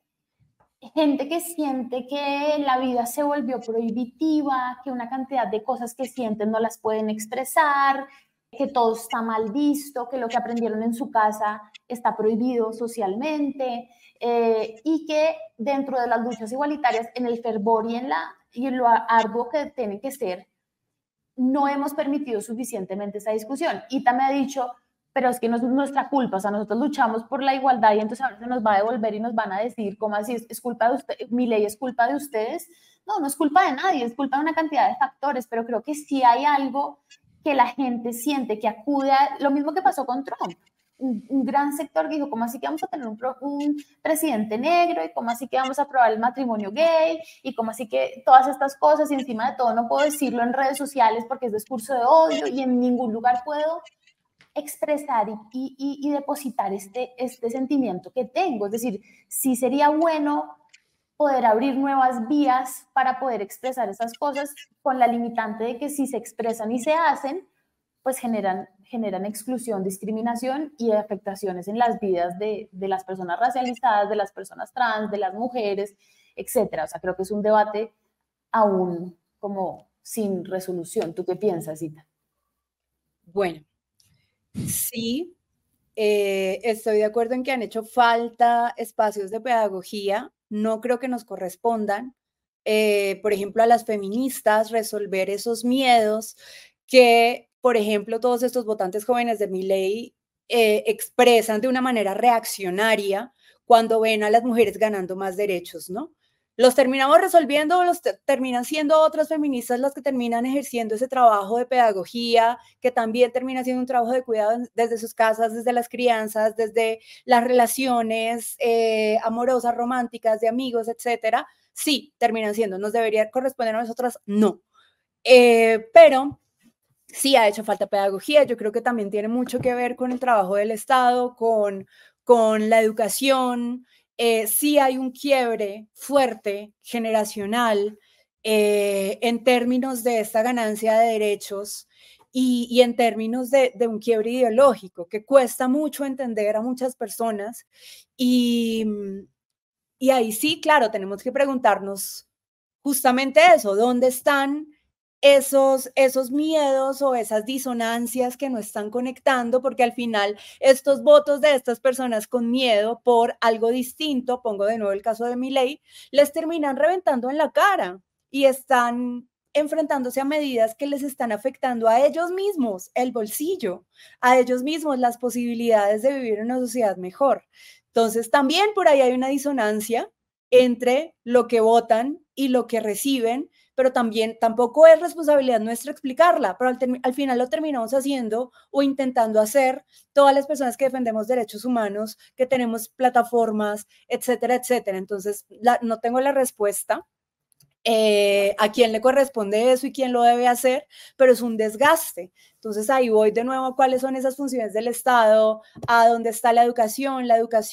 gente que siente que la vida se volvió prohibitiva, que una cantidad de cosas que sienten no las pueden expresar, que todo está mal visto, que lo que aprendieron en su casa está prohibido socialmente, y que dentro de las luchas igualitarias, en el fervor y en lo arduo que tienen que ser, no hemos permitido suficientemente esa discusión. Ita me ha dicho, pero es que no es nuestra culpa, o sea, nosotros luchamos por la igualdad y entonces ahora se nos va a devolver y nos van a decir, ¿cómo así? ¿Es culpa de usted? ¿Mi ley es culpa de ustedes? No, no es culpa de nadie, es culpa de una cantidad de factores, pero creo que sí hay algo que la gente siente, que acude a lo mismo que pasó con Trump. Un gran sector que dijo, ¿cómo así que vamos a tener un presidente negro? ¿Y cómo así que vamos a aprobar el matrimonio gay? ¿Y cómo así que todas estas cosas? Y encima de todo no puedo decirlo en redes sociales porque es discurso de odio y en ningún lugar puedo expresar y depositar este sentimiento que tengo. Es decir, sí sería bueno poder abrir nuevas vías para poder expresar esas cosas con la limitante de que si se expresan y se hacen, pues generan exclusión, discriminación y afectaciones en las vidas de las personas racializadas, de las personas trans, de las mujeres, etcétera. O sea, creo que es un debate aún como sin resolución. ¿Tú qué piensas, Ita? Bueno, sí, estoy de acuerdo en que han hecho falta espacios de pedagogía. No creo que nos correspondan, por ejemplo, a las feministas resolver esos miedos que, por ejemplo, todos estos votantes jóvenes de Milei expresan de una manera reaccionaria cuando ven a las mujeres ganando más derechos, ¿no? Los terminamos resolviendo o los terminan siendo otras feministas las que terminan ejerciendo ese trabajo de pedagogía, que también termina siendo un trabajo de cuidado desde sus casas, desde las crianzas, desde las relaciones amorosas, románticas, de amigos, etcétera. Sí, terminan siendo. ¿Nos debería corresponder a nosotras? No. Pero sí ha hecho falta pedagogía. Yo creo que también tiene mucho que ver con el trabajo del Estado, con la educación. Sí hay un quiebre fuerte, generacional, en términos de esta ganancia de derechos y en términos de un quiebre ideológico que cuesta mucho entender a muchas personas. Y ahí sí, claro, tenemos que preguntarnos justamente eso, ¿dónde están esos miedos o esas disonancias que no están conectando? Porque al final estos votos de estas personas con miedo por algo distinto, pongo de nuevo el caso de Milei, les terminan reventando en la cara y están enfrentándose a medidas que les están afectando a ellos mismos, el bolsillo, a ellos mismos las posibilidades de vivir en una sociedad mejor. Entonces también por ahí hay una disonancia entre lo que votan y lo que reciben, pero también tampoco es responsabilidad nuestra explicarla, pero al final lo terminamos haciendo o intentando hacer todas las personas que defendemos derechos humanos, que tenemos plataformas, etcétera, etcétera. Entonces, no tengo la respuesta a quién le corresponde eso y quién lo debe hacer, pero es un desgaste. Entonces ahí voy de nuevo a cuáles son esas funciones del Estado, a dónde está la educación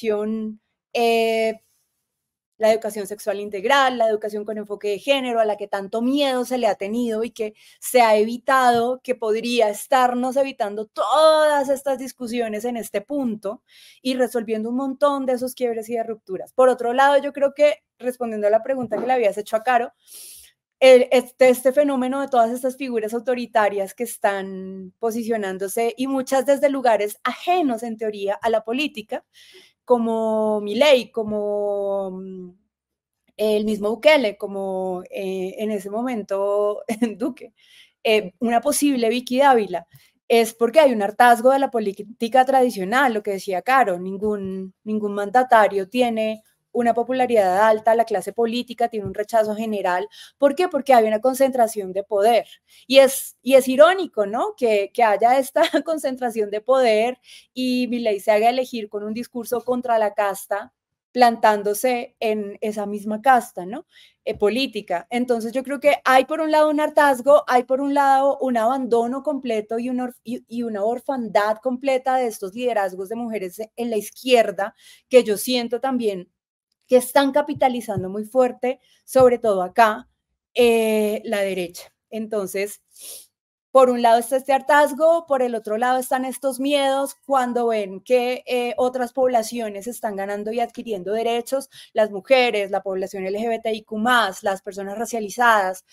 sexual integral, la educación con enfoque de género, a la que tanto miedo se le ha tenido y que se ha evitado, que podría estarnos evitando todas estas discusiones en este punto y resolviendo un montón de esos quiebres y de rupturas. Por otro lado, yo creo que, respondiendo a la pregunta que le habías hecho a Caro, este fenómeno de todas estas figuras autoritarias que están posicionándose y muchas desde lugares ajenos en teoría a la política, como Milei, como el mismo Bukele, como en ese momento Duque, una posible Vicky Dávila, es porque hay un hartazgo de la política tradicional, lo que decía Caro, ningún mandatario tiene una popularidad alta, la clase política tiene un rechazo general. ¿Por qué? Porque hay una concentración de poder. Y es irónico, ¿no? Que haya esta concentración de poder y Milei se haga elegir con un discurso contra la casta, plantándose en esa misma casta, ¿no? Política. Entonces yo creo que hay por un lado un hartazgo, hay por un lado un abandono completo y una orfandad completa de estos liderazgos de mujeres en la izquierda, que yo siento también que están capitalizando muy fuerte, sobre todo acá, la derecha. Entonces, por un lado está este hartazgo, por el otro lado están estos miedos cuando ven que otras poblaciones están ganando y adquiriendo derechos, las mujeres, la población LGBTIQ+, las personas racializadas,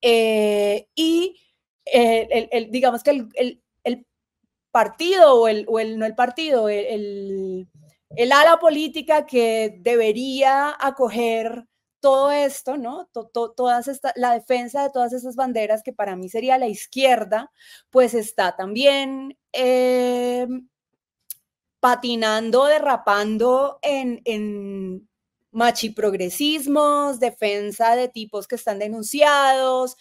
digamos que el partido no el partido, el ala política que debería acoger todo esto, ¿no? La defensa de todas esas banderas, que para mí sería la izquierda, pues está también patinando, derrapando en machiprogresismos, defensa de tipos que están denunciados,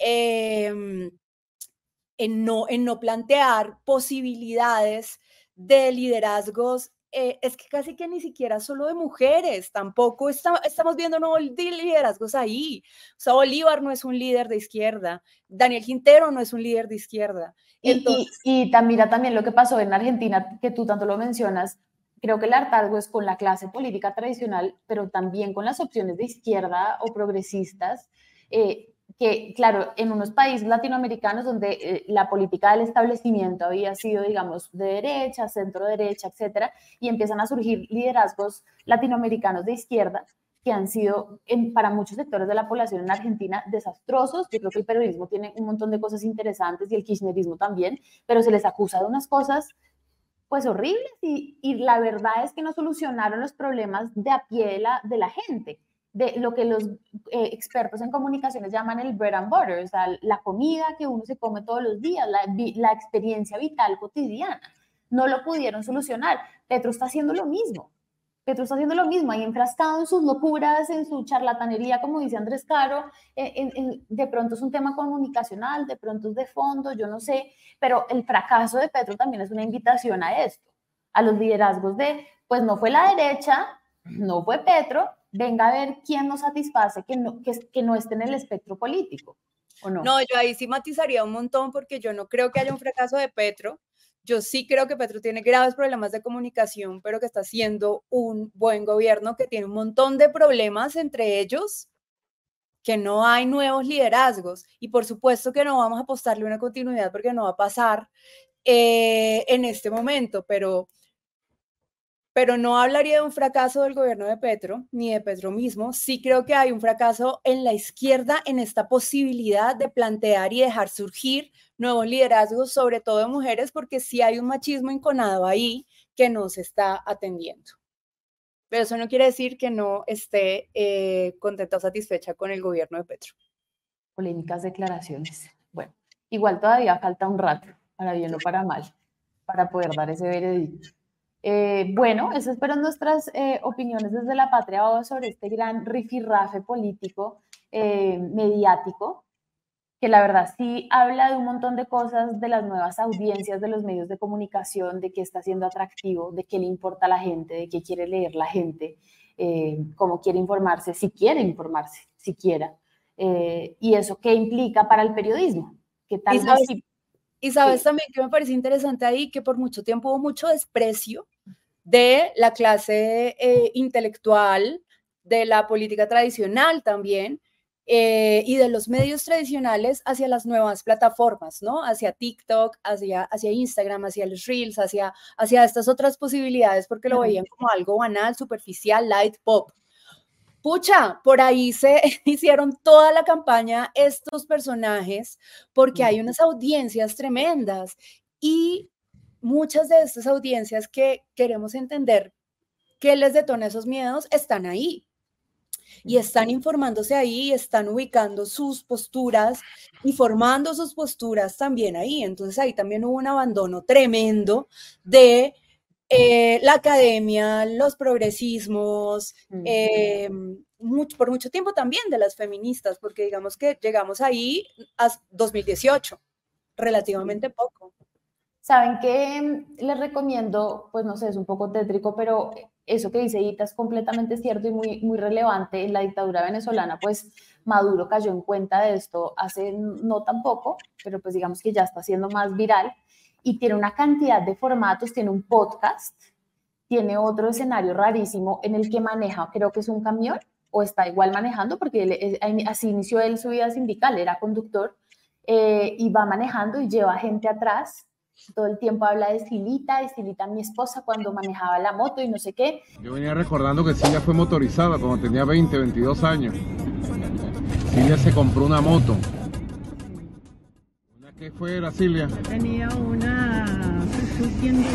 en no plantear posibilidades de liderazgos. Es que casi que ni siquiera solo de mujeres, tampoco estamos viendo nuevos liderazgos ahí. O sea, Bolívar no es un líder de izquierda, Daniel Quintero no es un líder de izquierda. Entonces, mira también lo que pasó en Argentina, que tú tanto lo mencionas. Creo que el hartazgo es con la clase política tradicional, pero también con las opciones de izquierda o progresistas, que claro, en unos países latinoamericanos donde la política del establecimiento había sido, digamos, de derecha, centro derecha, etcétera, y empiezan a surgir liderazgos latinoamericanos de izquierda que han sido para muchos sectores de la población en Argentina desastrosos. Yo creo que el periodismo tiene un montón de cosas interesantes y el kirchnerismo también, pero se les acusa de unas cosas pues horribles y la verdad es que no solucionaron los problemas de a pie de la gente, de lo que los expertos en comunicaciones llaman el bread and butter, o sea, la comida que uno se come todos los días, la experiencia vital cotidiana. No lo pudieron solucionar. Petro está haciendo lo mismo. Petro está haciendo lo mismo, ahí enfrascado en sus locuras, en su charlatanería, como dice Andrés Caro. De pronto es un tema comunicacional, de pronto es de fondo, yo no sé, pero el fracaso de Petro también es una invitación a esto, a los liderazgos de, pues no fue la derecha, no fue Petro, venga a ver quién nos satisface, que no esté en el espectro político, ¿o no? No, yo ahí sí matizaría un montón, porque yo no creo que haya un fracaso de Petro. Yo sí creo que Petro tiene graves problemas de comunicación, pero que está haciendo un buen gobierno, que tiene un montón de problemas, entre ellos que no hay nuevos liderazgos. Y por supuesto que no vamos a apostarle una continuidad, porque no va a pasar en este momento, pero no hablaría de un fracaso del gobierno de Petro, ni de Petro mismo. Sí creo que hay un fracaso en la izquierda en esta posibilidad de plantear y dejar surgir nuevos liderazgos, sobre todo de mujeres, porque sí hay un machismo enconado ahí que no se está atendiendo. Pero eso no quiere decir que no esté contenta o satisfecha con el gobierno de Petro. Polémicas declaraciones. Bueno, igual todavía falta un rato, para bien o para mal, para poder dar ese veredicto. Bueno, esas fueron nuestras opiniones desde la Patria Boba sobre este gran rifirrafe político mediático, que la verdad sí habla de un montón de cosas, de las nuevas audiencias de los medios de comunicación, de qué está siendo atractivo, de qué le importa a la gente, de qué quiere leer la gente, cómo quiere informarse, si quiere informarse, siquiera. Y eso qué implica para el periodismo. Que tal vez sí. Y sabes también que me parece interesante ahí, que por mucho tiempo hubo mucho desprecio de la clase intelectual, de la política tradicional también, y de los medios tradicionales hacia las nuevas plataformas, ¿no? Hacia TikTok, hacia Instagram, hacia los Reels, hacia estas otras posibilidades, porque lo veían como algo banal, superficial, light, pop. Pucha, por ahí se hicieron toda la campaña estos personajes, porque hay unas audiencias tremendas y muchas de estas audiencias que queremos entender qué les detona esos miedos están ahí. y están informándose ahí, están ubicando sus posturas y formando sus posturas también ahí. Entonces ahí también hubo un abandono tremendo de la academia, los progresismos, por mucho tiempo también de las feministas, porque digamos que llegamos ahí a 2018, relativamente poco. ¿Saben qué? Les recomiendo, pues no sé, es un poco tétrico, pero eso que dice Ita es completamente cierto y muy, muy relevante. En la dictadura venezolana, pues Maduro cayó en cuenta de esto hace no tan poco, pero pues digamos que ya está siendo más viral y tiene una cantidad de formatos, tiene un podcast, tiene otro escenario rarísimo en el que maneja, creo que es un camión, o está igual manejando, porque así inició él su vida sindical, era conductor, y va manejando y lleva gente atrás. Todo el tiempo habla de Silita mi esposa cuando manejaba la moto y no sé qué. Yo venía recordando que Silvia fue motorizada cuando tenía 20, 22 años. Silvia se compró una moto. ¿Una qué fue, era Silvia? Tenía una Suzuki Enduro,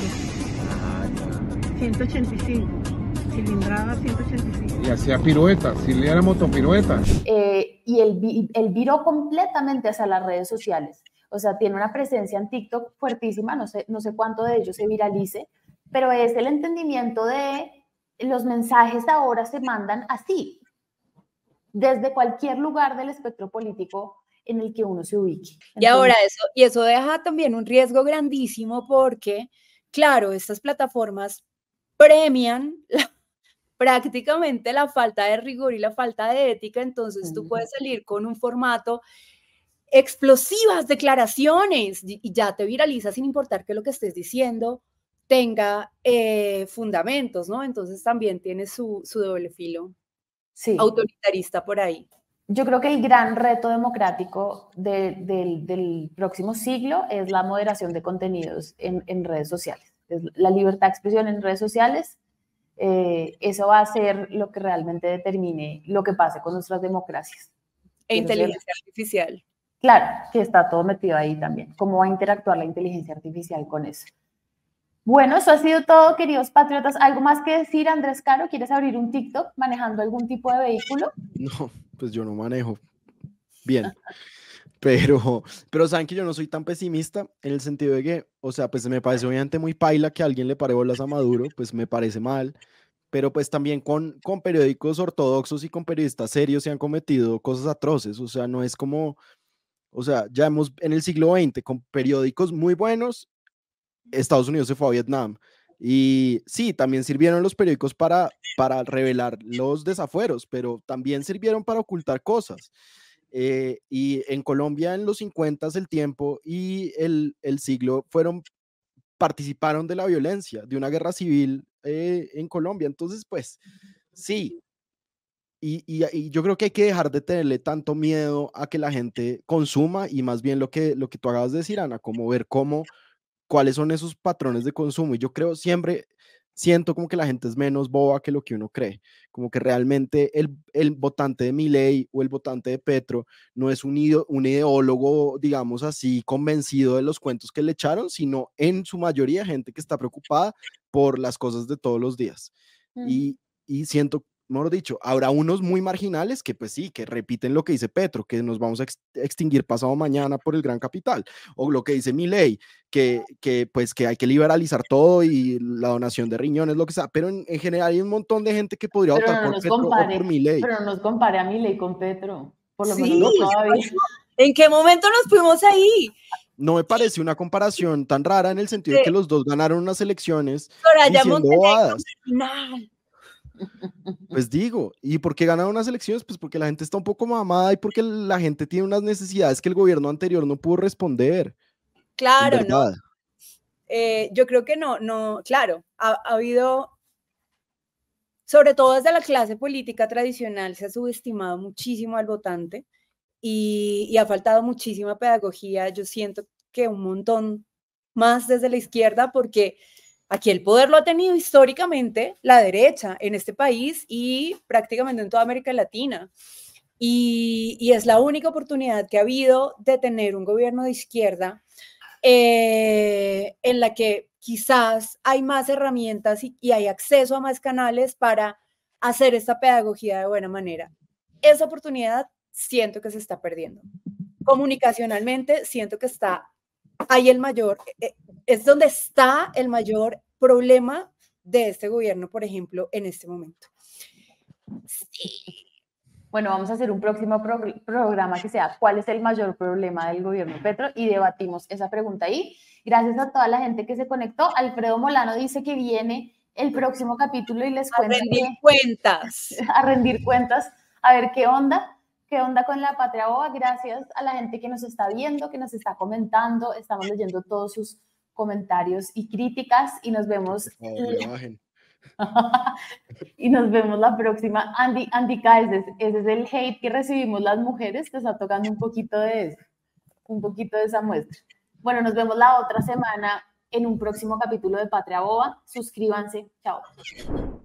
185, cilindrada 185. Y hacía piruetas, Silvia era motopirueta. Y él viró completamente hacia las redes sociales. O sea, tiene una presencia en TikTok fuertísima, no sé cuánto de ello se viralice, pero es el entendimiento de los mensajes ahora se mandan así, desde cualquier lugar del espectro político en el que uno se ubique. Entonces, y ahora eso deja también un riesgo grandísimo porque, claro, estas plataformas premian prácticamente la falta de rigor y la falta de ética, entonces tú puedes salir con un formato explosivas declaraciones y ya te viraliza sin importar que lo que estés diciendo tenga fundamentos, ¿no? Entonces también tiene su doble filo autoritarista por ahí. Yo creo que el gran reto democrático del próximo siglo es la moderación de contenidos en redes sociales. Es la libertad de expresión en redes sociales. Eso va a ser lo que realmente determine lo que pase con nuestras democracias. E inteligencia artificial. Claro, que está todo metido ahí también. ¿Cómo va a interactuar la inteligencia artificial con eso? Bueno, eso ha sido todo, queridos patriotas. ¿Algo más que decir, Andrés Caro? ¿Quieres abrir un TikTok manejando algún tipo de vehículo? No, pues yo no manejo bien. Pero saben que yo no soy tan pesimista en el sentido de que, o sea, pues me parece obviamente muy paila que a alguien le pare bolas a Maduro, pues me parece mal, pero pues también con periódicos ortodoxos y con periodistas serios se han cometido cosas atroces, o sea, no es como, o sea, ya hemos en el siglo XX con periódicos muy buenos, Estados Unidos se fue a Vietnam y sí, también sirvieron los periódicos para revelar los desafueros, pero también sirvieron para ocultar cosas. Y en Colombia en los 50 el tiempo y el siglo participaron de la violencia, de una guerra civil en Colombia. Entonces, pues, sí. Y yo creo que hay que dejar de tenerle tanto miedo a que la gente consuma y más bien lo que tú acabas de decir, Ana, como ver cuáles son esos patrones de consumo. Y yo creo siento como que la gente es menos boba que lo que uno cree, como que realmente el votante de Milei o el votante de Petro no es un ideólogo, digamos así, convencido de los cuentos que le echaron, sino en su mayoría gente que está preocupada por las cosas de todos los días. Y siento, mejor dicho, habrá unos muy marginales que pues sí, que repiten lo que dice Petro, que nos vamos a extinguir pasado mañana por el gran capital, o lo que dice Milei, que pues que hay que liberalizar todo y la donación de riñones, lo que sea, pero en general hay un montón de gente que podría votar por Petro o por Milei. Pero no nos compare a Milei con Petro, por lo menos no todavía. ¿En qué momento nos fuimos ahí? No me parece una comparación tan rara en el sentido de que los dos ganaron unas elecciones diciendo bobadas. Pues digo, ¿y por qué ganaron unas elecciones? Pues porque la gente está un poco mamada y porque la gente tiene unas necesidades que el gobierno anterior no pudo responder. Claro, ¿no? Yo creo que no, claro, ha habido, sobre todo desde la clase política tradicional, se ha subestimado muchísimo al votante y ha faltado muchísima pedagogía. Yo siento que un montón más desde la izquierda, porque aquí el poder lo ha tenido históricamente la derecha en este país y prácticamente en toda América Latina. Y es la única oportunidad que ha habido de tener un gobierno de izquierda en la que quizás hay más herramientas y hay acceso a más canales para hacer esta pedagogía de buena manera. Esa oportunidad siento que se está perdiendo. Comunicacionalmente siento que está ahí es donde está el mayor problema de este gobierno, por ejemplo, en este momento. Sí. Bueno, vamos a hacer un próximo programa que sea ¿cuál es el mayor problema del gobierno Petro? Y debatimos esa pregunta ahí. Gracias a toda la gente que se conectó. Alfredo Molano dice que viene el próximo capítulo y les cuenta a rendir cuentas, a ver qué onda con la Patria Boba. Gracias a la gente que nos está viendo, que nos está comentando. Estamos leyendo todos sus comentarios y críticas y nos vemos. Y nos vemos la próxima. Andy Caes, ese es el hate que recibimos las mujeres, te está tocando un poquito de eso, un poquito de esa muestra. Bueno, nos vemos la otra semana en un próximo capítulo de Patria Boba. Suscríbanse. Chao.